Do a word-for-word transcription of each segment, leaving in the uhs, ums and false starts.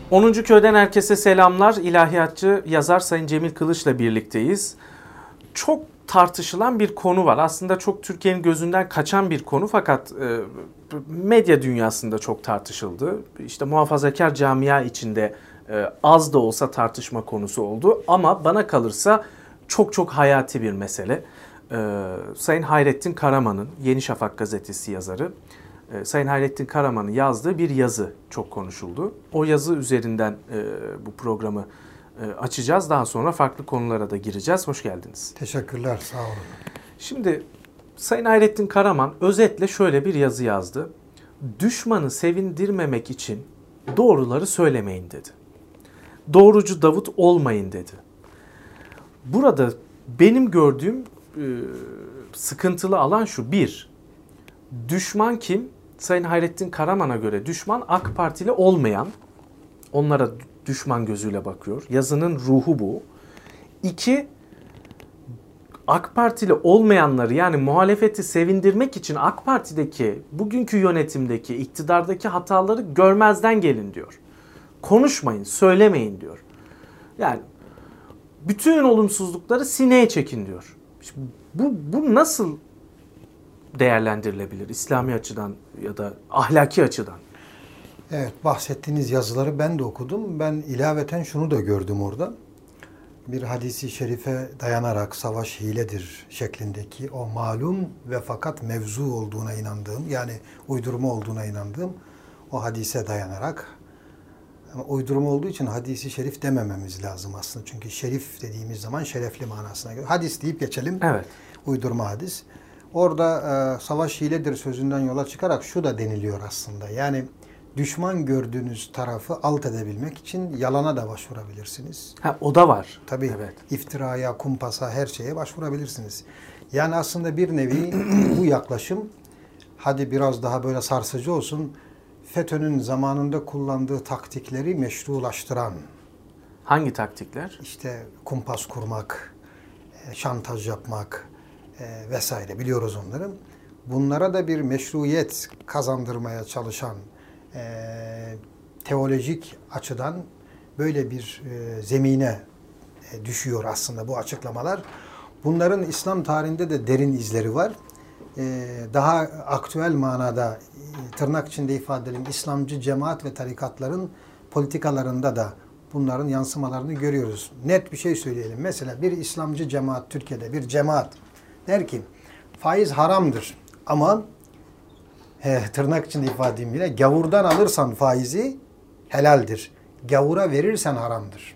onuncu Köy'den herkese selamlar. İlahiyatçı yazar Sayın Cemil Kılıç'la birlikteyiz. Çok tartışılan bir konu var. Aslında çok Türkiye'nin gözünden kaçan bir konu fakat e, medya dünyasında çok tartışıldı. İşte muhafazakar camia içinde e, az da olsa tartışma konusu oldu. Ama bana kalırsa çok çok hayati bir mesele. E, Sayın Hayrettin Karaman'ın, Yeni Şafak gazetesi yazarı, e, Sayın Hayrettin Karaman'ın yazdığı bir yazı çok konuşuldu. O yazı üzerinden e, bu programı açacağız. Daha sonra farklı konulara da gireceğiz. Hoş geldiniz. Teşekkürler, sağ olun. Şimdi Sayın Hayrettin Karaman özetle şöyle bir yazı yazdı. Düşmanı sevindirmemek için doğruları söylemeyin dedi. Doğrucu Davut olmayın dedi. Burada benim gördüğüm e, sıkıntılı alan şu. Bir, düşman kim? Sayın Hayrettin Karaman'a göre düşman AK Partili olmayan, onlara düşman gözüyle bakıyor. Yazının ruhu bu. İki, AK Partili olmayanları, yani muhalefeti sevindirmek için AK Parti'deki, bugünkü yönetimdeki, iktidardaki hataları görmezden gelin diyor. Konuşmayın, söylemeyin diyor. Yani bütün olumsuzlukları sineye çekin diyor. Şimdi bu, bu nasıl değerlendirilebilir İslami açıdan ya da ahlaki açıdan? Evet, bahsettiğiniz yazıları ben de okudum. Ben ilaveten şunu da gördüm orada. Bir hadisi şerife dayanarak savaş hiledir şeklindeki o malum ve fakat mevzu olduğuna inandığım, yani uydurma olduğuna inandığım o hadise dayanarak, ama uydurma olduğu için hadisi şerif demememiz lazım aslında. Çünkü şerif dediğimiz zaman şerefli manasına göre. Hadis deyip geçelim. Evet. Uydurma hadis. Orada e, savaş hiledir sözünden yola çıkarak şu da deniliyor aslında. Yani düşman gördüğünüz tarafı alt edebilmek için yalana da başvurabilirsiniz. Ha, o da var. Tabii. Evet. İftiraya, kumpasa, her şeye başvurabilirsiniz. Yani aslında bir nevi bu yaklaşım, hadi biraz daha böyle sarsıcı olsun, FETÖ'nün zamanında kullandığı taktikleri meşrulaştıran. Hangi taktikler? İşte kumpas kurmak, şantaj yapmak e, vesaire, biliyoruz onları. Bunlara da bir meşruiyet kazandırmaya çalışan, e, teolojik açıdan böyle bir e, zemine e, düşüyor aslında bu açıklamalar. Bunların İslam tarihinde de derin izleri var. E, daha aktüel manada, e, tırnak içinde ifade edelim, İslamcı cemaat ve tarikatların politikalarında da bunların yansımalarını görüyoruz. Net bir şey söyleyelim. Mesela bir İslamcı cemaat, Türkiye'de bir cemaat der ki faiz haramdır ama he, tırnak içinde ifade edeyim bile, gavurdan alırsan faizi helaldir. Gavura verirsen haramdır.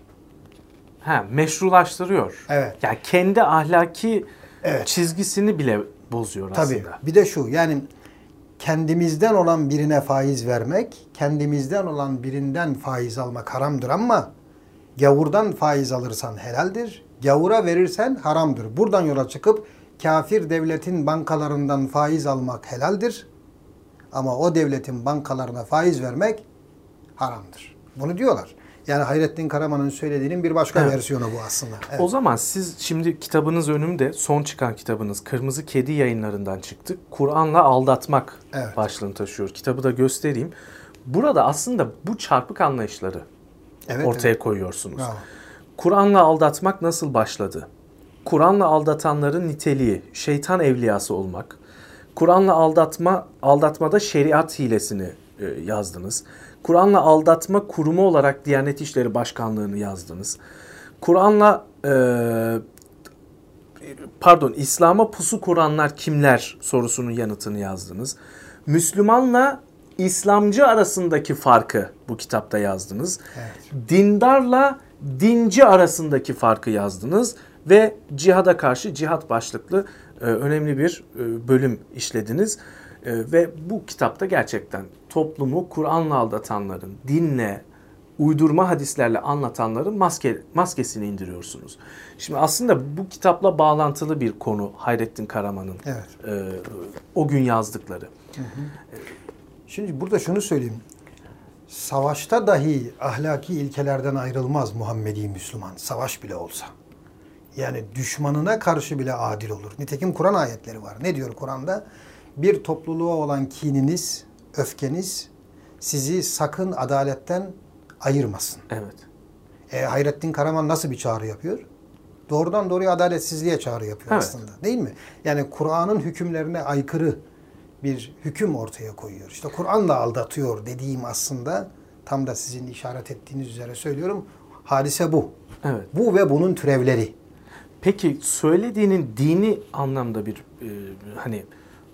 Ha, meşrulaştırıyor. Evet. Yani kendi ahlaki evet. çizgisini bile bozuyor aslında. Tabii. Bir de şu, yani kendimizden olan birine faiz vermek, kendimizden olan birinden faiz almak haramdır ama gavurdan faiz alırsan helaldir. Gavura verirsen haramdır. Buradan yola çıkıp kafir devletin bankalarından faiz almak helaldir. Ama o devletin bankalarına faiz vermek haramdır. Bunu diyorlar. Yani Hayrettin Karaman'ın söylediğinin bir başka evet. versiyonu bu aslında. Evet. O zaman siz şimdi kitabınız önümde, son çıkan kitabınız Kırmızı Kedi Yayınlarından çıktı. Kur'an'la aldatmak evet. başlığını taşıyor. Kitabı da göstereyim. Burada aslında bu çarpık anlayışları evet, ortaya evet. koyuyorsunuz. Bravo. Kur'an'la aldatmak nasıl başladı? Kur'an'la aldatanların niteliği, şeytan evliyası olmak. Kur'an'la aldatma, aldatmada şeriat hilesini e, yazdınız. Kur'an'la aldatma kurumu olarak Diyanet İşleri Başkanlığı'nı yazdınız. Kur'an'la e, pardon İslam'a pusu kuranlar kimler sorusunun yanıtını yazdınız. Müslümanla İslamcı arasındaki farkı bu kitapta yazdınız. Evet. Dindarla dinci arasındaki farkı yazdınız ve cihada karşı cihat başlıklı e, önemli bir e, bölüm işlediniz. E, ve bu kitapta gerçekten toplumu Kur'an'la aldatanların, dinle, uydurma hadislerle anlatanların maske, maskesini indiriyorsunuz. Şimdi aslında bu kitapla bağlantılı bir konu Hayrettin Karaman'ın evet. e, o gün yazdıkları. Hı hı. Şimdi burada şunu söyleyeyim. Savaşta dahi ahlaki ilkelerden ayrılmaz Muhammedi Müslüman. Savaş bile olsa. Yani düşmanına karşı bile adil olur. Nitekim Kur'an ayetleri var. Ne diyor Kur'an'da? Bir topluluğa olan kininiz, öfkeniz sizi sakın adaletten ayırmasın. Evet. E, Hayrettin Karaman nasıl bir çağrı yapıyor? Doğrudan doğruya adaletsizliğe çağrı yapıyor evet. aslında. Değil mi? Yani Kur'an'ın hükümlerine aykırı bir hüküm ortaya koyuyor. İşte Kur'an'la aldatıyor dediğim aslında tam da sizin işaret ettiğiniz üzere söylüyorum. Hadise bu. Evet. Bu ve bunun türevleri. Peki söylediğinin dini anlamda bir e, hani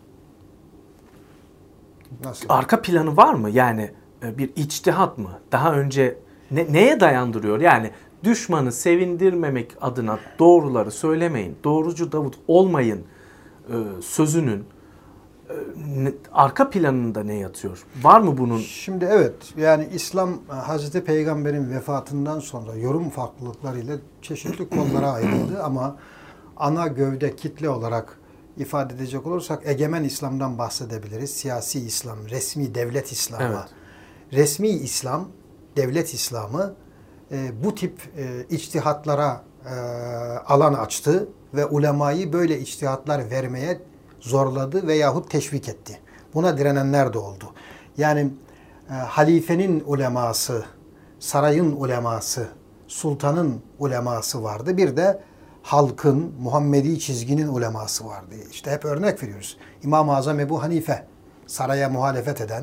Nasıl? arka planı var mı? Yani e, bir içtihat mı? Daha önce ne, neye dayandırıyor? Yani düşmanı sevindirmemek adına doğruları söylemeyin, doğrucu Davut olmayın e, sözünün e, ne, arka planında ne yatıyor? Var mı bunun? Şimdi evet, yani İslam Hazreti Peygamber'in vefatından sonra yorum farklılıklarıyla çeşitli konulara ayrıldı ama ana gövde kitle olarak ifade edecek olursak egemen İslam'dan bahsedebiliriz. Siyasi İslam, resmi devlet İslam'ı. Evet. Resmi İslam, devlet İslam'ı e, bu tip e, içtihatlara e, alan açtı ve ulemayı böyle içtihatlar vermeye zorladı veyahut teşvik etti. Buna direnenler de oldu. Yani e, halifenin uleması, sarayın uleması, sultanın uleması vardı. Bir de halkın, Muhammedi çizginin uleması vardı. İşte hep örnek veriyoruz. İmam-ı Azam Ebu Hanife, saraya muhalefet eden,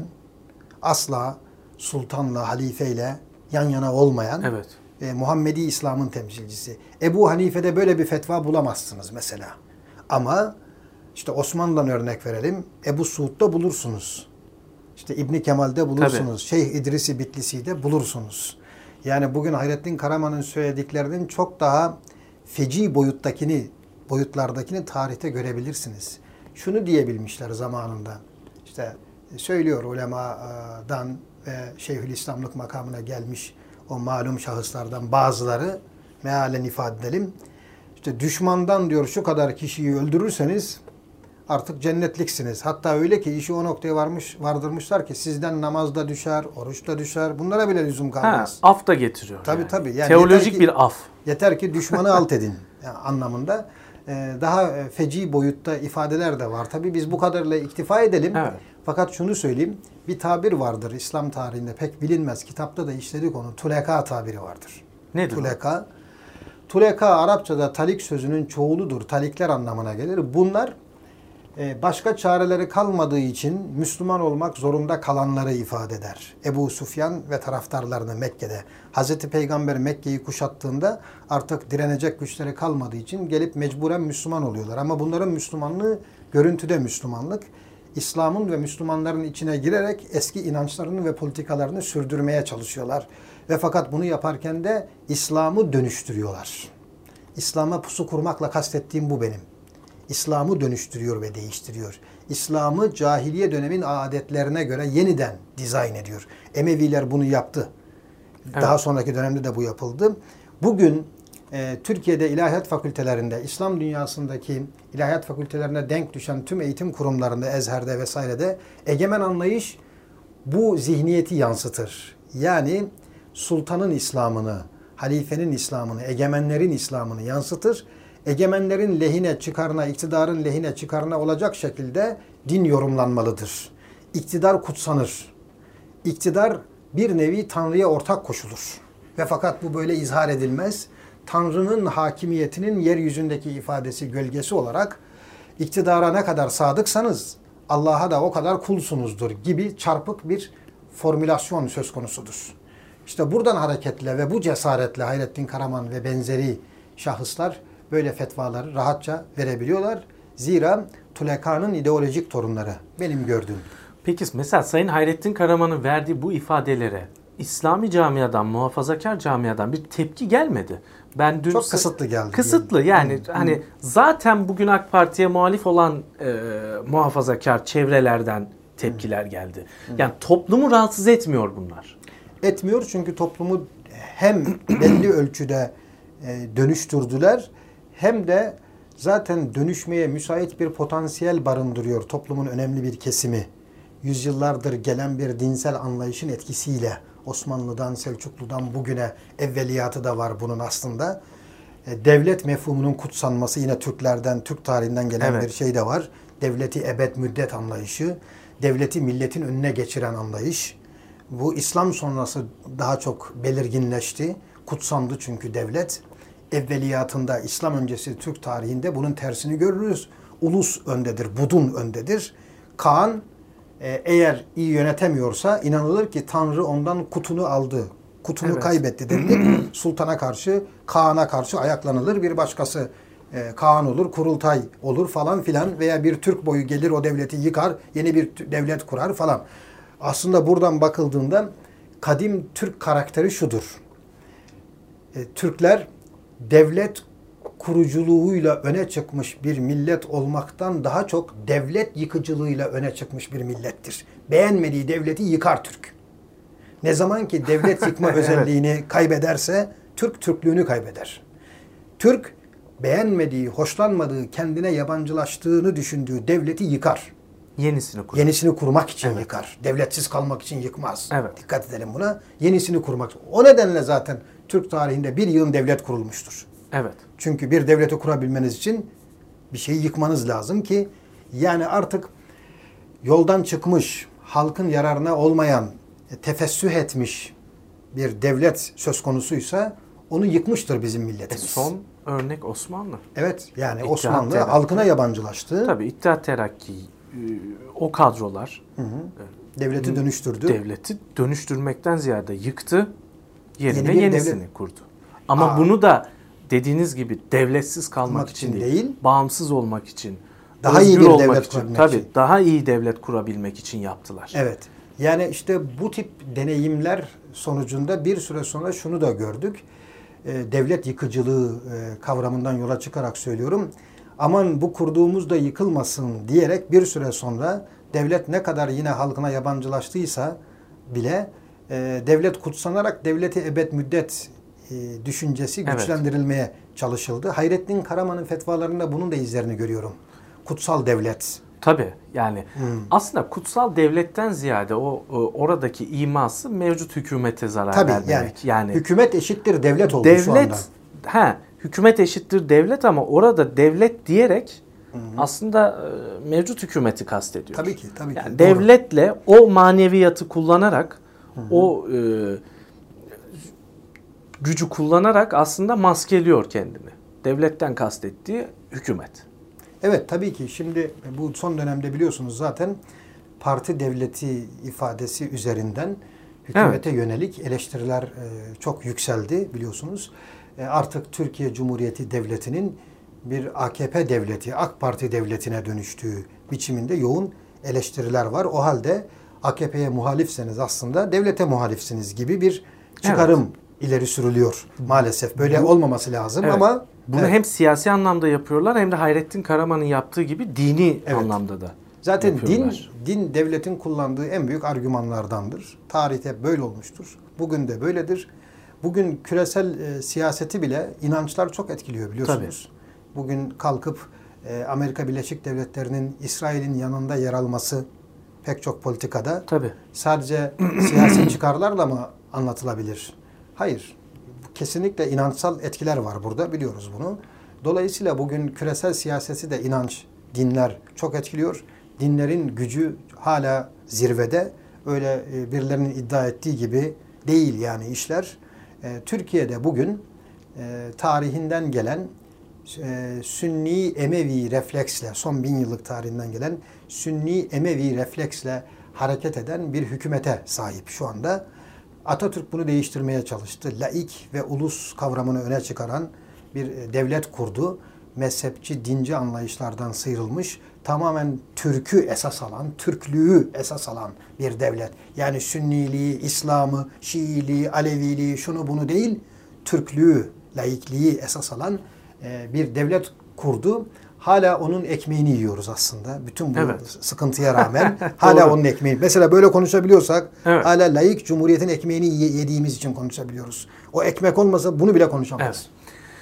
asla sultanla, halifeyle yan yana olmayan Evet. e, Muhammedi İslam'ın temsilcisi. Ebu Hanife'de böyle bir fetva bulamazsınız mesela. Ama işte Osmanlı'dan örnek verelim. Ebu Suud'da bulursunuz. İşte İbni Kemal'de bulursunuz. Tabii. Şeyh İdris-i Bitlisi'de bulursunuz. Yani bugün Hayrettin Karaman'ın söylediklerinin çok daha feci boyuttakini, boyutlardakini tarihte görebilirsiniz. Şunu diyebilmişler zamanında. İşte söylüyor ulemadan ve Şeyhülislamlık makamına gelmiş o malum şahıslardan bazıları, mealen ifade edelim. İşte düşmandan diyor şu kadar kişiyi öldürürseniz artık cennetliksiniz. Hatta öyle ki işi o noktaya varmış, vardırmışlar ki sizden namazda düşer, oruçta düşer. Bunlara bile lüzum kalmaz. Ha, af da getiriyor. Tabii yani. tabii. Yani teolojik ki, bir af. Yeter ki düşmanı alt edin yani anlamında. Ee, daha feci boyutta ifadeler de var. Tabii biz bu kadarıyla iktifa edelim. Evet. Fakat şunu söyleyeyim. Bir tabir vardır İslam tarihinde pek bilinmez. Kitapta da işledik onu. Tuleka tabiri vardır. Nedir? Tuleka. Tuleka Arapçada talik sözünün çoğuludur. Talikler anlamına gelir. Bunlar başka çareleri kalmadığı için Müslüman olmak zorunda kalanları ifade eder. Ebu Süfyan ve taraftarlarını Mekke'de. Hazreti Peygamber Mekke'yi kuşattığında artık direnecek güçleri kalmadığı için gelip mecburen Müslüman oluyorlar. Ama bunların Müslümanlığı görüntüde Müslümanlık. İslam'ın ve Müslümanların içine girerek eski inançlarını ve politikalarını sürdürmeye çalışıyorlar. Ve fakat bunu yaparken de İslam'ı dönüştürüyorlar. İslam'a pusu kurmakla kastettiğim bu benim. İslam'ı dönüştürüyor ve değiştiriyor. İslam'ı cahiliye dönemin adetlerine göre yeniden dizayn ediyor. Emeviler bunu yaptı. Evet. Daha sonraki dönemde de bu yapıldı. Bugün e, Türkiye'de ilahiyat fakültelerinde, İslam dünyasındaki ilahiyat fakültelerine denk düşen tüm eğitim kurumlarında, Ezher'de vesairede egemen anlayış bu zihniyeti yansıtır. Yani sultanın İslam'ını, halifenin İslam'ını, egemenlerin İslam'ını yansıtır. Egemenlerin lehine, çıkarına, iktidarın lehine, çıkarına olacak şekilde din yorumlanmalıdır. İktidar kutsanır. İktidar bir nevi Tanrı'ya ortak koşulur. Ve fakat bu böyle izhar edilmez. Tanrı'nın hakimiyetinin yeryüzündeki ifadesi, gölgesi olarak iktidara ne kadar sadıksanız Allah'a da o kadar kulsunuzdur gibi çarpık bir formülasyon söz konusudur. İşte buradan hareketle ve bu cesaretle Hayrettin Karaman ve benzeri şahıslar böyle fetvaları rahatça verebiliyorlar. Zira Tuleka'nın ideolojik torunları benim gördüğüm. Peki mesela Sayın Hayrettin Karaman'ın verdiği bu ifadelere İslami camiadan, muhafazakar camiadan bir tepki gelmedi. Ben dün çok kısıtlı geldi. Kısıtlı yani hmm. hani zaten bugün AK Parti'ye muhalif olan e, muhafazakar çevrelerden tepkiler geldi. Hmm. Yani toplumu rahatsız etmiyor bunlar. Etmiyor çünkü toplumu hem belli ölçüde e, dönüştürdüler hem de zaten dönüşmeye müsait bir potansiyel barındırıyor toplumun önemli bir kesimi. Yüzyıllardır gelen bir dinsel anlayışın etkisiyle Osmanlı'dan, Selçuklu'dan bugüne evveliyatı da var bunun aslında. Devlet mefhumunun kutsanması yine Türklerden, Türk tarihinden gelen evet. bir şey de var. Devleti ebed müddet anlayışı, devleti milletin önüne geçiren anlayış. Bu İslam sonrası daha çok belirginleşti. Kutsandı çünkü devlet. Evveliyatında, İslam öncesi Türk tarihinde bunun tersini görürüz. Ulus öndedir, budun öndedir. Kaan e, eğer iyi yönetemiyorsa inanılır ki Tanrı ondan kutunu aldı. Kutunu Evet. kaybetti denilir. Sultana karşı, Kaan'a karşı ayaklanılır. Bir başkası e, Kaan olur, kurultay olur falan filan veya bir Türk boyu gelir o devleti yıkar, yeni bir devlet kurar falan. Aslında buradan bakıldığında kadim Türk karakteri şudur. E, Türkler devlet kuruculuğuyla öne çıkmış bir millet olmaktan daha çok devlet yıkıcılığıyla öne çıkmış bir millettir. Beğenmediği devleti yıkar Türk. Ne zaman ki devlet yıkma özelliğini kaybederse Türk Türklüğünü kaybeder. Türk beğenmediği, hoşlanmadığı, kendine yabancılaştığını düşündüğü devleti yıkar. Yenisini kurar. Yenisini kurmak için Evet. yıkar. Devletsiz kalmak için yıkmaz. Evet. Dikkat edelim buna. Yenisini kurmak. O nedenle zaten Türk tarihinde bir yığın devlet kurulmuştur. Evet. Çünkü bir devleti kurabilmeniz için bir şeyi yıkmanız lazım ki yani artık yoldan çıkmış, halkın yararına olmayan, tefessüh etmiş bir devlet söz konusuysa onu yıkmıştır bizim E milletimiz. son örnek Osmanlı. Evet yani İttihat Osmanlı Terakki. halkına yabancılaştı. Tabii İttihat Terakki, e, o kadrolar Hı hı. Devleti dönüştürdü. devleti dönüştürmekten ziyade yıktı, yerine Yeni bir yenisini devlet- kurdu. Ama Aa. bunu da dediğiniz gibi devletsiz kalmak Kalmak için için değil, değil, bağımsız olmak için, daha iyi özgür bir olmak devlet için, kurabilmek tabii için. daha iyi devlet kurabilmek için yaptılar. Evet. Yani işte bu tip deneyimler sonucunda bir süre sonra şunu da gördük. Ee, devlet yıkıcılığı e, kavramından yola çıkarak söylüyorum. Aman bu kurduğumuz da yıkılmasın diyerek bir süre sonra devlet ne kadar yine halkına yabancılaştıysa bile e, devlet kutsanarak devleti ebed müddet e, düşüncesi Evet. güçlendirilmeye çalışıldı. Hayrettin Karaman'ın fetvalarında bunun da izlerini görüyorum. Kutsal devlet. Tabii yani Hmm. aslında kutsal devletten ziyade o, o oradaki iması mevcut hükümete zarar Tabii vermemek. yani, Yani hükümet eşittir devlet oldu şu anda. devlet he hükümet eşittir devlet ama orada devlet diyerek aslında e, mevcut hükümeti kastediyor. Tabii ki, tabii ki. Yani Doğru. devletle o maneviyatı kullanarak o e, gücü kullanarak aslında maskeliyor kendini. Devletten kastettiği hükümet. Evet tabii ki şimdi bu son dönemde biliyorsunuz zaten parti devleti ifadesi üzerinden hükümete yönelik eleştiriler e, çok yükseldi biliyorsunuz. E, artık Türkiye Cumhuriyeti Devleti'nin bir A K P devleti, AK Parti devletine dönüştüğü biçiminde yoğun eleştiriler var. O halde A K P'ye muhalifseniz aslında devlete muhalifsiniz gibi bir çıkarım ileri sürülüyor maalesef. Böyle olmaması lazım Evet. ama Bunu evet. hem siyasi anlamda yapıyorlar hem de Hayrettin Karaman'ın yaptığı gibi dini Evet. anlamda da Zaten din yapıyorlar. din devletin kullandığı en büyük argümanlardandır. Tarihte böyle olmuştur. Bugün de böyledir. Bugün küresel e, siyaseti bile inançlar çok etkiliyor biliyorsunuz. Bugün kalkıp e, Amerika Birleşik Devletleri'nin İsrail'in yanında yer alması pek çok politikada Tabii. sadece siyasi çıkarlarla mı anlatılabilir? Hayır. Kesinlikle inançsal etkiler var burada biliyoruz bunu. Dolayısıyla bugün küresel siyaseti de inanç, dinler çok etkiliyor. Dinlerin gücü hala zirvede. Öyle e, birilerinin iddia ettiği gibi değil yani işler. E, Türkiye'de bugün e, tarihinden gelen e, Sünni Emevi refleksle, son bin yıllık tarihinden gelen Sünni Emevi refleksle hareket eden bir hükümete sahip şu anda. Atatürk bunu değiştirmeye çalıştı. Laik ve ulus kavramını öne çıkaran bir devlet kurdu. Mezhepçi, dinci anlayışlardan sıyrılmış, tamamen Türk'ü esas alan, Türklüğü esas alan bir devlet. Yani Sünniliği, İslam'ı, Şiiliği, Aleviliği, şunu bunu değil, Türklüğü, laikliği esas alan bir devlet kurdu. Hala onun ekmeğini yiyoruz aslında. Bütün bu Evet. sıkıntıya rağmen hala onun ekmeğini. Mesela böyle konuşabiliyorsak Evet. hala laik cumhuriyetin ekmeğini yediğimiz için konuşabiliyoruz. O ekmek olmasa bunu bile konuşamayız. Evet.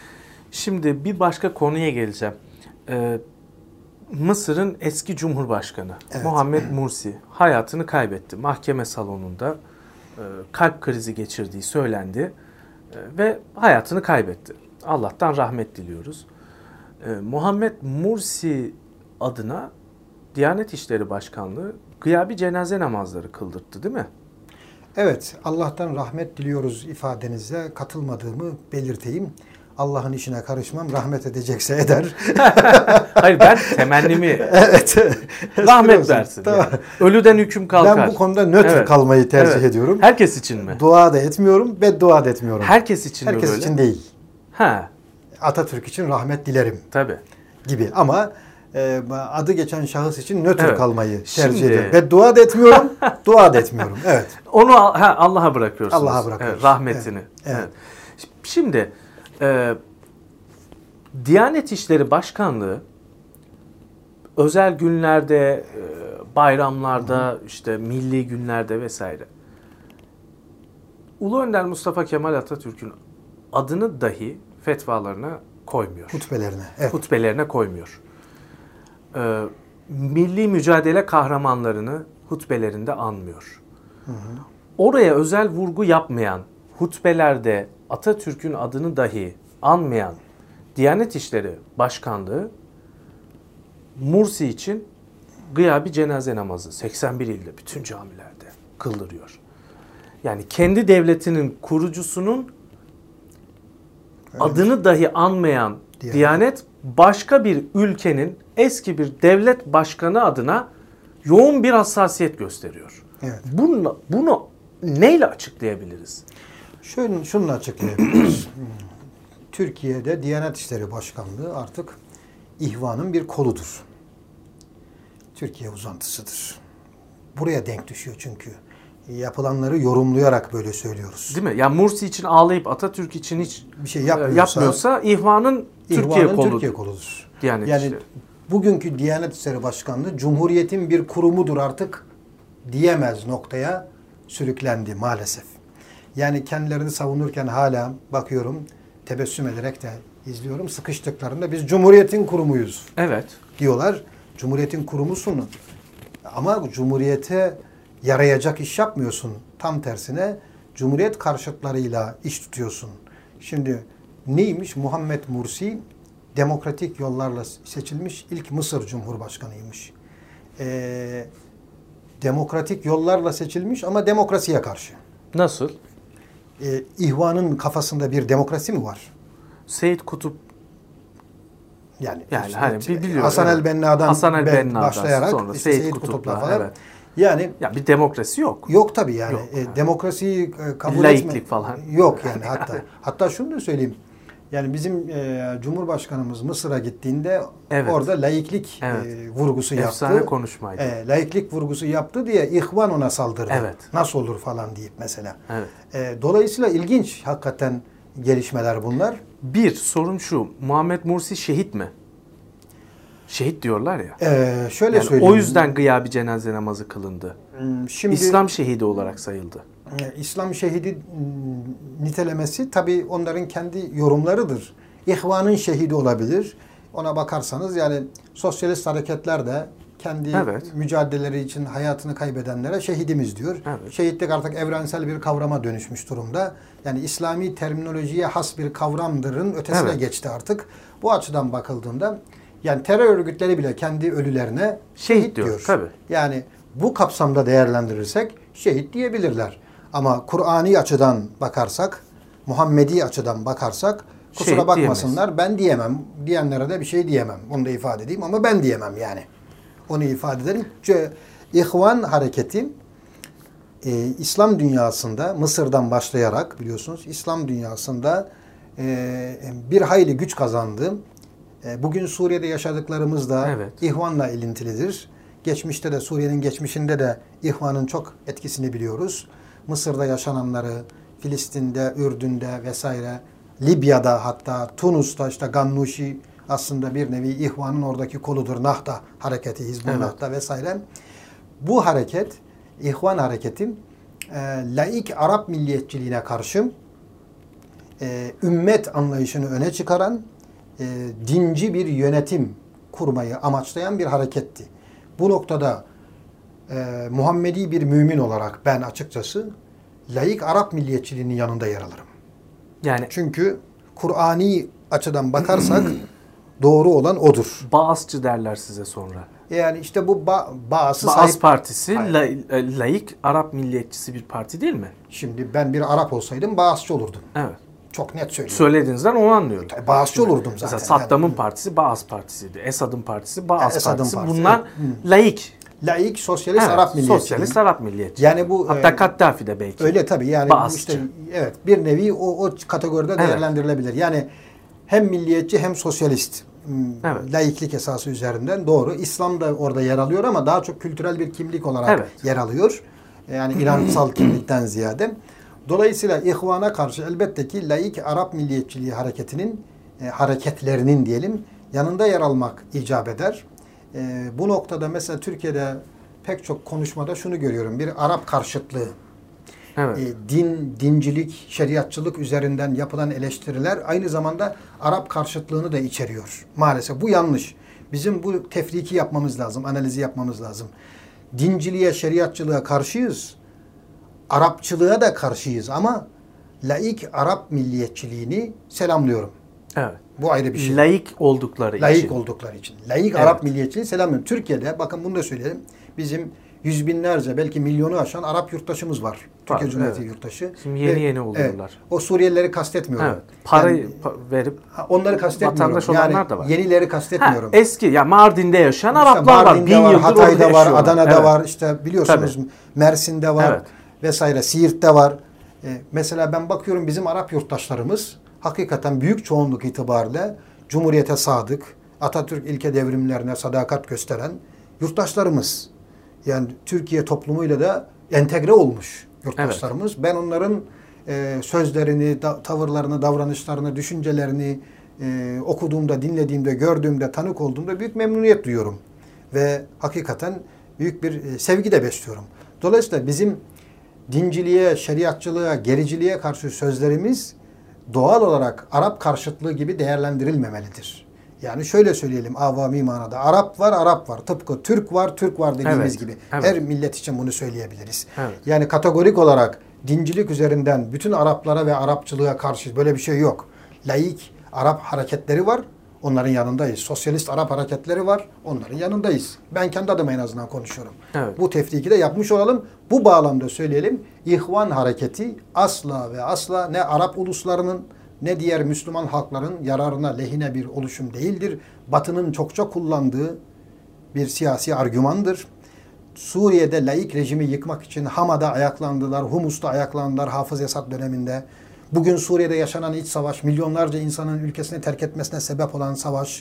Şimdi bir başka konuya geleceğim. Ee, Mısır'ın eski Cumhurbaşkanı Evet. Muhammed Mursi hayatını kaybetti. Mahkeme salonunda e, kalp krizi geçirdiği söylendi e, ve hayatını kaybetti. Allah'tan rahmet diliyoruz. E, Muhammed Mursi adına Diyanet İşleri Başkanlığı gıyabi cenaze namazları kıldırttı değil mi? Evet, Allah'tan rahmet diliyoruz ifadenize katılmadığımı belirteyim. Allah'ın işine karışmam, rahmet edecekse eder. Hayır, ben temennimi evet. rahmet versin. Tamam. Yani. Ölüden hüküm kalkar. Ben bu konuda nötr evet. kalmayı tercih evet. ediyorum. Herkes için mi? Dua da etmiyorum, beddua da etmiyorum. Herkes için Herkes öyle. için değil. Ha. Atatürk için rahmet dilerim. Tabii. Gibi ama e, adı geçen şahıs için nötr evet. kalmayı tercih Şimdi... ediyorum. Beddua da etmiyorum, dua da etmiyorum. Evet. Onu ha, Allah'a bırakıyorsunuz. Allah'a bırakıyoruz. Evet, rahmetini. Evet. Evet. Şimdi e, Diyanet İşleri Başkanlığı özel günlerde, bayramlarda, Hı. işte milli günlerde vesaire Ulu Önder Mustafa Kemal Atatürk'ün adını dahi fetvalarına koymuyor. Hutbelerine. Evet. Hutbelerine koymuyor. Ee, milli mücadele kahramanlarını hutbelerinde anmıyor. Hı hı. Oraya özel vurgu yapmayan, hutbelerde Atatürk'ün adını dahi anmayan Diyanet İşleri Başkanlığı Mursi için gıyabi cenaze namazı seksen bir ilde bütün camilerde kıldırıyor. Yani kendi devletinin kurucusunun evet. adını dahi anmayan Diyanet. Diyanet başka bir ülkenin eski bir devlet başkanı adına yoğun bir hassasiyet gösteriyor. Evet. Bunu, bunu neyle açıklayabiliriz? Şöyle, şununla açıklayabiliriz. Türkiye'de Diyanet İşleri Başkanlığı artık ihvanın bir koludur. Türkiye uzantısıdır. Buraya denk düşüyor çünkü. Yapılanları yorumlayarak böyle söylüyoruz. Değil mi? Yani Mursi için ağlayıp Atatürk için hiç bir şey yapmıyorsa, yapmıyorsa ihvanın Türkiye koludur. Türkiye koludur. Diyanet yani İşleri. Bugünkü Diyanet İşleri Başkanlığı Cumhuriyet'in bir kurumudur artık diyemez noktaya sürüklendi maalesef. Yani kendilerini savunurken hala bakıyorum, tebessüm ederek de izliyorum. Sıkıştıklarında biz Cumhuriyet'in kurumuyuz. Evet. Diyorlar. Cumhuriyet'in kurumusun. Ama Cumhuriyet'e yarayacak iş yapmıyorsun. Tam tersine Cumhuriyet karşıtlarıyla iş tutuyorsun. Şimdi neymiş? Muhammed Mursi demokratik yollarla seçilmiş ilk Mısır Cumhurbaşkanıymış. Ee, demokratik yollarla seçilmiş ama demokrasiye karşı. Nasıl? Ee, İhvan'ın kafasında bir demokrasi mi var? Seyyid Kutup yani, yani işte, hani biliyorum. Hasan evet. el-Benna'dan Hasan el-Benna'dan başlayarak sonra işte Seyyid, Seyyid Kutup'la, Kutup'la falan. Evet. Yani ya bir demokrasi yok. Yok tabii yani. Yok, E, yani. Demokrasiyi e, kabul Laiklik etme. falan. Yok yani hatta. Hatta şunu da söyleyeyim. Yani bizim e, Cumhurbaşkanımız Mısır'a gittiğinde evet. orada laiklik evet. e, vurgusu yaptı. Efsane konuşmaydı. E, laiklik vurgusu yaptı diye ihvan ona saldırdı. Evet. Nasıl olur falan deyip mesela. Evet. E, dolayısıyla ilginç hakikaten gelişmeler bunlar. Bir sorun şu. Muhammed Mursi şehit mi? Şehit diyorlar ya. Ee, şöyle yani söyleyeyim. O yüzden gıyabi cenaze namazı kılındı. Şimdi, İslam şehidi olarak sayıldı. İslam şehidi nitelemesi tabii onların kendi yorumlarıdır. İhvanın şehidi olabilir. Ona bakarsanız yani sosyalist hareketler de kendi evet. mücadeleleri için hayatını kaybedenlere şehidimiz diyor. Evet. Şehitlik artık evrensel bir kavrama dönüşmüş durumda. Yani İslami terminolojiye has bir kavramdırın ötesine evet. geçti artık. Bu açıdan bakıldığında yani terör örgütleri bile kendi ölülerine şehit, şehit diyor. diyor. Tabii. Yani bu kapsamda değerlendirirsek şehit diyebilirler. Ama Kur'ani açıdan bakarsak, Muhammedi açıdan bakarsak kusura şehit bakmasınlar diyemeyiz. Ben diyemem. Diyenlere de bir şey diyemem. Onu da ifade edeyim ama ben diyemem yani. Onu ifade edelim. Çünkü İhvan hareketi e, İslam dünyasında Mısır'dan başlayarak biliyorsunuz İslam dünyasında e, bir hayli güç kazandı. E, bugün Suriye'de yaşadıklarımız da evet. İhvan'la ilintilidir. Geçmişte de Suriye'nin geçmişinde de İhvan'ın çok etkisini biliyoruz. Mısır'da yaşananları, Filistin'de, Ürdün'de vesaire, Libya'da hatta Tunus'ta işte Gannuşi aslında bir nevi İhvan'ın oradaki koludur. Nahda hareketi, Hizbullah'ta evet. vesaire. Bu hareket, İhvan hareketi e, laik Arap milliyetçiliğine karşı e, ümmet anlayışını öne çıkaran e, dinci bir yönetim kurmayı amaçlayan bir hareketti. Bu noktada e, Muhammedi bir mümin olarak ben açıkçası laik Arap milliyetçiliğinin yanında yer alırım. Yani çünkü Kur'ani açıdan bakarsak doğru olan odur. Bağızçı derler size sonra. Yani işte bu ba bağısı Baas sahip... Partisi Hayır. la, laik Arap milliyetçisi bir parti değil mi? Şimdi ben bir Arap olsaydım bağızçı olurdum. Evet. Çok net söylüyorum. Söylediğinizden onu anlıyorum. Tabii bağızçı olurdum zaten. Mesela Saddam'ın Yani, partisi Baas Partisiydi. Esad'ın partisi Baas Esad'ın Partisi. partisi, Bunlar evet. laik. laik, sosyalist Evet, Arap milliyetçiliği. Sosyalist Arap milliyetçi. Yani bu hatta e, Kaddafi de belki. Öyle tabii yani Baasçı. işte evet bir nevi o, o kategoride Evet. değerlendirilebilir. Yani hem milliyetçi hem sosyalist. Evet. Laiklik esası üzerinden doğru. İslam da orada yer alıyor ama daha çok kültürel bir kimlik olarak Evet. yer alıyor. Yani İransal kimlikten ziyade. Dolayısıyla ihvana karşı elbette ki laik Arap milliyetçiliği hareketinin e, hareketlerinin diyelim yanında yer almak icap eder. E, bu noktada mesela Türkiye'de pek çok konuşmada şunu görüyorum. Bir Arap karşıtlığı. Evet. E, din, dincilik, şeriatçılık üzerinden yapılan eleştiriler aynı zamanda Arap karşıtlığını da içeriyor. Maalesef bu yanlış. Bizim bu tefriki yapmamız lazım, analizi yapmamız lazım. Dinciliğe, şeriatçılığa karşıyız. Arapçılığa da karşıyız ama laik Arap milliyetçiliğini selamlıyorum. Evet. Bu ayrı bir şey. Laik oldukları Laik için. oldukları için. Laik Evet. Arap milliyetçiliğini selamlıyorum. Türkiye'de bakın bunu da söyleyelim. Bizim yüz binlerce belki milyonu aşan Arap yurttaşımız var. Türkiye Var, Cumhuriyeti evet. yurttaşı. Şimdi yeni Ve, yeni oluyorlar. Evet, o Suriyelileri kastetmiyorum. Evet. Parayı Yani, pa- verip onları kastetmiyorum. vatandaş olanlar yani da var. yenileri ha, kastetmiyorum. eski ya Mardin'de yaşayan İşte Araplar var. Mardin'de Bin var, yıldır Hatay'da orada var, yaşıyorlar. Adana'da Evet. var. İşte biliyorsunuz Tabii. Mersin'de var Evet. vesaire. Siirt'te var. Ee, mesela ben bakıyorum bizim Arap yurttaşlarımız hakikaten büyük çoğunluk itibariyle Cumhuriyete sadık, Atatürk ilke devrimlerine sadakat gösteren yurttaşlarımız. Yani Türkiye toplumuyla da entegre olmuş yurttaşlarımız. Evet. Ben onların e, sözlerini, da, tavırlarını, davranışlarını, düşüncelerini e, okuduğumda, dinlediğimde, gördüğümde, tanık olduğumda büyük memnuniyet duyuyorum. Ve hakikaten büyük bir e, sevgi de besliyorum. Dolayısıyla bizim dinciliğe, şeriatçılığa, gericiliğe karşı sözlerimiz doğal olarak Arap karşıtlığı gibi değerlendirilmemelidir. Yani şöyle söyleyelim avami manada. Arap var, Arap var. Tıpkı Türk var, Türk var dediğimiz Evet, gibi. evet. Her millet için bunu söyleyebiliriz. Evet. Yani kategorik olarak dincilik üzerinden bütün Araplara ve Arapçılığa karşı böyle bir şey yok. Laik Arap hareketleri var. Onların yanındayız. Sosyalist Arap hareketleri var. Onların yanındayız. Ben kendi adıma en azından konuşuyorum. Evet. Bu tefriki de yapmış olalım. Bu bağlamda söyleyelim. İhvan hareketi asla ve asla ne Arap uluslarının ne diğer Müslüman halkların yararına lehine bir oluşum değildir. Batı'nın çokça kullandığı bir siyasi argümandır. Suriye'de laik rejimi yıkmak için Hama'da ayaklandılar, Humus'ta ayaklandılar Hafız Esad döneminde. Bugün Suriye'de yaşanan iç savaş, milyonlarca insanın ülkesini terk etmesine sebep olan savaş,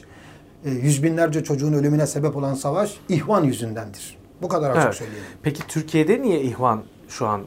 yüz binlerce çocuğun ölümüne sebep olan savaş ihvan yüzündendir. Bu kadar açık Evet. söyleyelim. Peki Türkiye'de niye ihvan şu an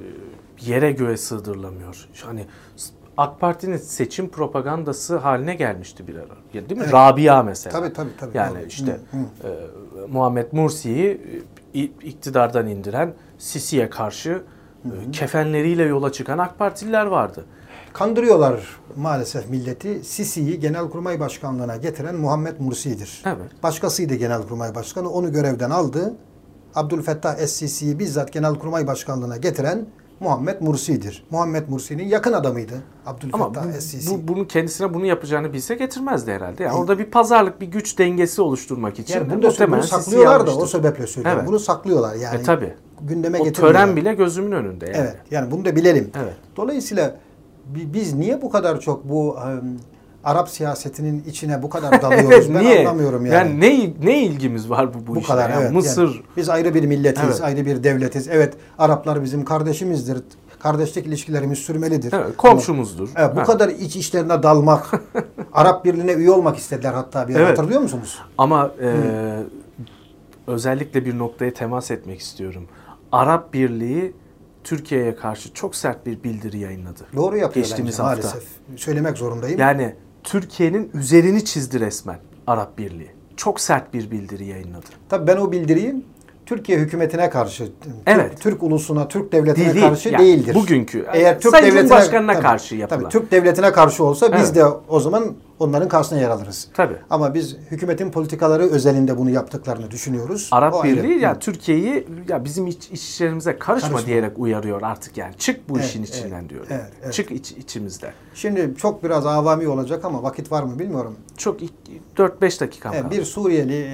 yere göğe sığdırılamıyor? Hani AK Parti'nin seçim propagandası haline gelmişti bir ara. Ya değil mi? Evet. Rabia mesela. Tabii tabii. tabii. Yani Doğru. işte Hı, hı. e, Muhammed Mursi'yi e, iktidardan indiren Sisi'ye karşı e, kefenleriyle yola çıkan AK Partililer vardı. Kandırıyorlar maalesef milleti. Sisi'yi Genelkurmay Başkanlığı'na getiren Muhammed Mursi'dir. Evet. Başkasıydı Genelkurmay Başkanı. Onu görevden aldı. Abdülfettah Es-Sisi'yi bizzat Genelkurmay Başkanlığı'na getiren Muhammed Mursi'dir. Muhammed Mursi'nin yakın adamıydı Abdülfettah Ama bu, Es-Sisi. bu, bunu kendisine bunu yapacağını bilse getirmezdi herhalde. Yani orada bir pazarlık, bir güç dengesi oluşturmak için. Yani bunu, da, muhtemelen bunu Sisi'yi saklıyorlar da almıştır. o sebeple söylüyorum. Evet. Bunu saklıyorlar yani. E tabii. Gündeme O getirmiyorlar. tören bile gözümün önünde yani. Evet. Yani bunu da bilelim. Evet. Dolayısıyla biz niye bu kadar çok bu um, Arap siyasetinin içine bu kadar dalıyoruz? Evet, ben niye? anlamıyorum yani. Yani ne ne ilgimiz var bu bu, Bu işle? kadar Yani evet. Mısır Yani biz ayrı bir milletiz, Evet. ayrı bir devletiz. Evet, Araplar bizim kardeşimizdir. Kardeşlik ilişkilerimiz sürmelidir. evet, komşumuzdur. Ama, evet, bu Ha. kadar iç işlerine dalmak, Arap Birliği'ne üye olmak istediler hatta bir Evet. hatırlıyor musunuz? Ama e, özellikle bir noktaya temas etmek istiyorum. Arap Birliği Türkiye'ye karşı çok sert bir bildiri yayınladı. Doğru yapıyor Geçtiğimiz bence, hafta. maalesef. Söylemek zorundayım. Yani Türkiye'nin üzerini çizdi resmen Arap Birliği. Çok sert bir bildiri yayınladı. Tabii ben o bildiriyi Türkiye hükümetine karşı, Evet. Türk, Türk ulusuna, Türk devletine Değil, değil. karşı Yani değildir. bugünkü, Eğer Türk Sayın devletine Cumhurbaşkanı'na tabii, karşı yapılan. Tabii Türk devletine karşı olsa biz Evet. de o zaman onların karşısına yer alırız. Tabii. Ama biz hükümetin politikaları özelinde bunu yaptıklarını düşünüyoruz. Arap O Birliği ayrı. ya Türkiye'yi ya bizim iç, iç işlerimize karışma, Karışma diyerek uyarıyor artık yani. Çık bu Evet, işin içinden evet, diyor. evet, evet. Çık iç, içimizde. Şimdi çok biraz avami olacak ama vakit var mı bilmiyorum. Çok dört beş dakika Evet, kaldı. bir Suriyeli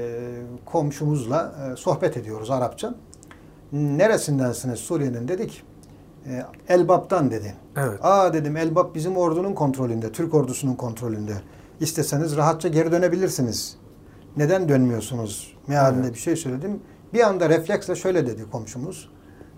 e, komşumuzla e, sohbet ediyoruz Arapça. Neresindensiniz Suriye'nin dedik. E, Elbap'tan dedi. Evet. Aa dedim, Elbap bizim ordunun kontrolünde, Türk ordusunun kontrolünde. İsteseniz rahatça geri dönebilirsiniz. Neden dönmüyorsunuz? Mealinde Evet. bir şey söyledim. Bir anda refleksle şöyle dedi komşumuz.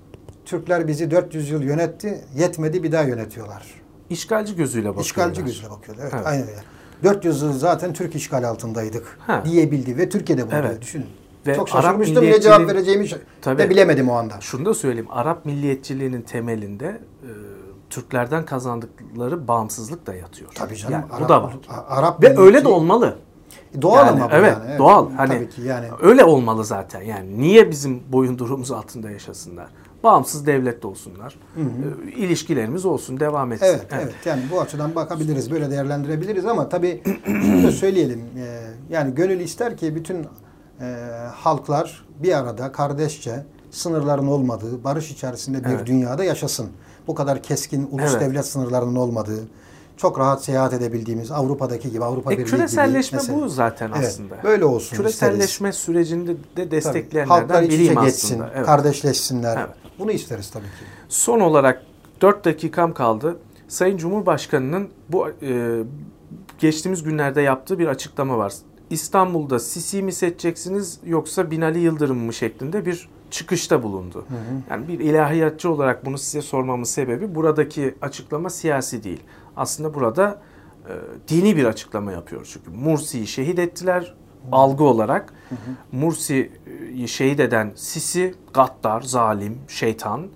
Türkler bizi dört yüz yıl yönetti, yetmedi, bir daha yönetiyorlar. İşgalci gözüyle bakıyorlar. İşgalci gözüyle bakıyorlar. Evet, Evet. aynen öyle. dört yüz yıl zaten Türk işgali altındaydık Ha. diyebildi ve Türkiye'de bunu Evet. diyor. Düşünün. Ve Çok Arap şaşırmıştım. Ne milliyetçiliğin- cevap vereceğimi Tabii. de bilemedim o anda. Şunu da söyleyeyim. Arap milliyetçiliğinin temelinde e, Türklerden kazandıkları bağımsızlık da yatıyor. Tabii canım. Yani Arap, bu da var. Arap Ve milliyetçi- öyle de olmalı. Doğal Yani ama bu evet, yani. Evet. doğal. Hani Tabii ki yani. öyle olmalı zaten. Yani niye bizim boyunduruğumuz altında yaşasınlar? Bağımsız devlet de olsunlar. Hı hı. E, ilişkilerimiz olsun, devam etsin. Evet, evet, Yani bu açıdan bakabiliriz, böyle değerlendirebiliriz ama tabii şunu da söyleyelim. E, yani gönül ister ki bütün e, halklar bir arada kardeşçe, sınırların olmadığı, barış içerisinde bir Evet. dünyada yaşasın. Bu kadar keskin ulus Evet. devlet sınırlarının olmadığı, çok rahat seyahat edebildiğimiz Avrupa'daki gibi, Avrupa E, Birliği küreselleşme gibi. bu zaten Evet, aslında. böyle olsun isteriz. Küreselleşme sürecinde de Tabii. destekleyenlerden Halklar iç içe biriyim geçsin, aslında. Evet. kardeşleşsinler. Evet. Bunu isteriz tabii ki. Son olarak dört dakikam kaldı. Sayın Cumhurbaşkanı'nın bu e, geçtiğimiz günlerde yaptığı bir açıklama var. İstanbul'da Sisi'yi mi seçeceksiniz yoksa Binali Yıldırım mı şeklinde bir çıkışta bulundu. Hı hı. Yani bir ilahiyatçı olarak bunu size sormamın sebebi buradaki açıklama siyasi değil. Aslında burada e, dini bir açıklama yapıyor. Çünkü Mursi'yi şehit ettiler hı. algı olarak. Hı hı. Mursi'yi şehit eden Sisi, gaddar, zalim, şeytan.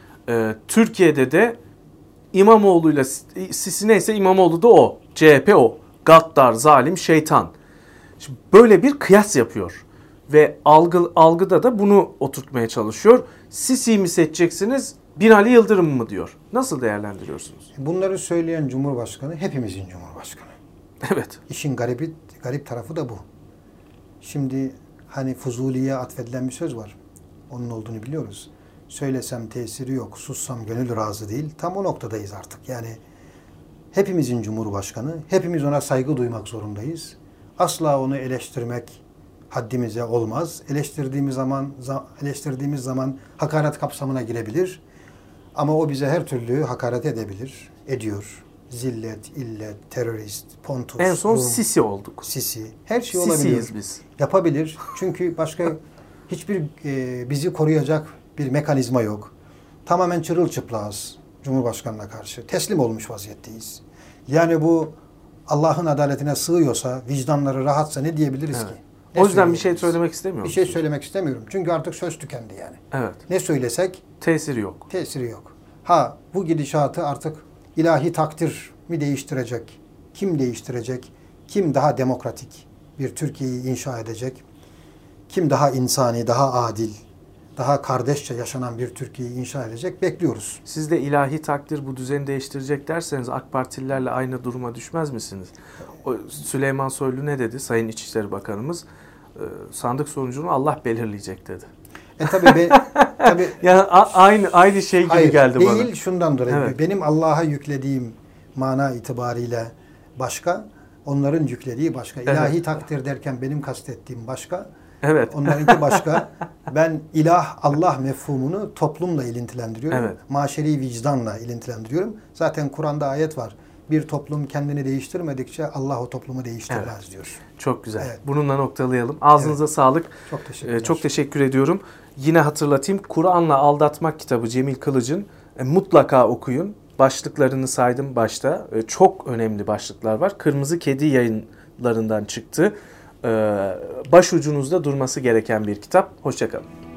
E, Türkiye'de de İmamoğlu'yla Sisi neyse İmamoğlu da o. C H P o. Gaddar, zalim, şeytan. Şimdi böyle bir kıyas yapıyor. Ve algı, algıda da bunu oturtmaya çalışıyor. Sisi'yi mi seçeceksiniz, Binali Yıldırım mı diyor. Nasıl değerlendiriyorsunuz? Bunları söyleyen Cumhurbaşkanı hepimizin Cumhurbaşkanı. Evet. İşin garibi, garip tarafı da bu. Şimdi hani Fuzuli'ye atfedilen bir söz var. Onun olduğunu biliyoruz. Söylesem tesiri yok, sussam gönül razı değil. Tam o noktadayız artık. Yani hepimizin Cumhurbaşkanı, hepimiz ona saygı duymak zorundayız. Asla onu eleştirmek haddimize olmaz. Eleştirdiğimiz zaman eleştirdiğimiz zaman hakaret kapsamına girebilir. Ama o bize her türlü hakaret edebilir, ediyor. Zillet, illet, terörist, pontus, En son Rum, Sisi olduk. Sisi. Her şey olabilir. Sisi'yiz biz. Yapabilir. Çünkü başka hiçbir e, bizi koruyacak bir mekanizma yok. Tamamen çırılçıplağız Cumhurbaşkanı'na karşı. Teslim olmuş vaziyetteyiz. Yani bu Allah'ın adaletine sığıyorsa, vicdanları rahatsa ne diyebiliriz Evet. ki? Ne O yüzden bir şey söyleyebiliriz? söylemek istemiyor Bir şey musunuz? söylemek istemiyorum. Çünkü artık söz tükendi yani. Evet. Ne söylesek Tesiri yok. tesiri yok. Ha bu gidişatı artık ilahi takdir mi değiştirecek? Kim değiştirecek? Kim daha demokratik bir Türkiye'yi inşa edecek? Kim daha insani, daha adil, daha kardeşçe yaşanan bir Türkiye'yi inşa edecek? Bekliyoruz. Siz de ilahi takdir bu düzeni değiştirecek derseniz AK Partililerle aynı duruma düşmez misiniz? O, Süleyman Soylu ne dedi? Sayın İçişleri Bakanımız e, sandık sonucunu Allah belirleyecek dedi. E tabii be, tabii Yani a, aynı aynı şey gibi hayır, geldi değil, bana. Değil şundan dolayı. Evet. Benim Allah'a yüklediğim mana itibariyle başka, onların yüklediği başka. İlahi Evet. takdir derken benim kastettiğim başka. Evet. Onlarınki başka. Ben ilah, Allah mefhumunu toplumla ilintilendiriyorum. Evet. Maşeri vicdanla ilintilendiriyorum. Zaten Kur'an'da ayet var. Bir toplum kendini değiştirmedikçe Allah o toplumu değiştirmez Evet. diyor. Çok güzel. Evet. Bununla noktalayalım. Ağzınıza Evet. sağlık. Çok teşekkürler. Ee, çok teşekkür ediyorum. Yine hatırlatayım. Kur'an'la Aldatmak kitabı Cemil Kılıç'ın e, mutlaka okuyun. Başlıklarını saydım başta. E, çok önemli başlıklar var. Kırmızı Kedi yayınlarından çıktı. E, başucunuzda durması gereken bir kitap. Hoşça kalın.